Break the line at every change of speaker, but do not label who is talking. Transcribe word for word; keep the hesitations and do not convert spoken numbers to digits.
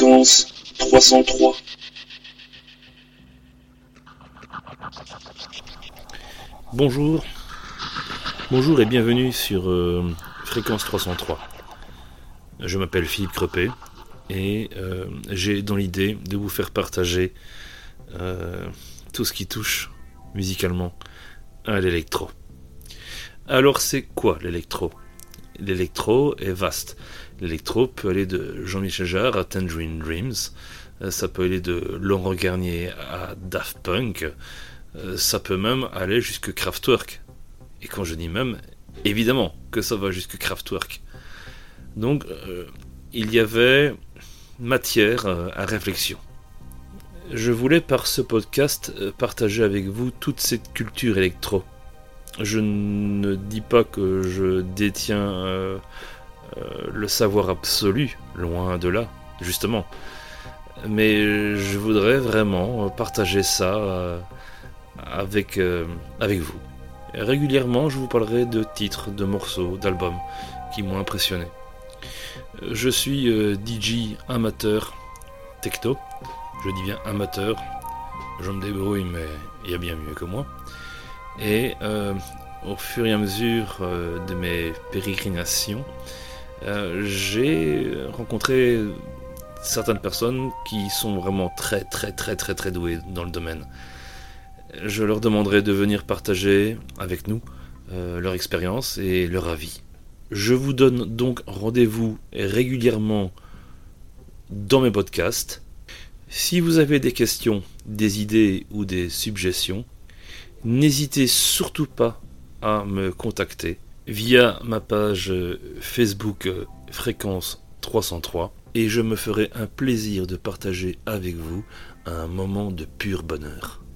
Fréquence trois cent trois.
Bonjour, bonjour et bienvenue sur euh, Fréquence trois cent trois. Je m'appelle Philippe Crepet et euh, j'ai dans l'idée de vous faire partager euh, tout ce qui touche musicalement à l'électro. Alors c'est quoi l'électro ? L'électro est vaste. L'électro peut aller de Jean-Michel Jarre à Tangerine Dreams, ça peut aller de Laurent Garnier à Daft Punk, ça peut même aller jusque Kraftwerk. Et quand je dis même, évidemment que ça va jusque Kraftwerk. Donc euh, il y avait matière à réflexion. Je voulais par ce podcast partager avec vous toute cette culture électro. Je ne dis pas que je détiens euh, euh, le savoir absolu, loin de là, justement. Mais je voudrais vraiment partager ça euh, avec, euh, avec vous. Et régulièrement, je vous parlerai de titres, de morceaux, d'albums qui m'ont impressionné. Je suis euh, D J amateur techno. Je dis bien amateur. Je me débrouille, mais il y a bien mieux que moi. Et euh, au fur et à mesure euh, de mes pérégrinations, euh, j'ai rencontré certaines personnes qui sont vraiment très très très très très douées dans le domaine. Je leur demanderai de venir partager avec nous euh, leur expérience et leur avis. Je vous donne donc rendez-vous régulièrement dans mes podcasts. Si vous avez des questions, des idées ou des suggestions, n'hésitez surtout pas à me contacter via ma page Facebook Fréquence trois cent trois et je me ferai un plaisir de partager avec vous un moment de pur bonheur.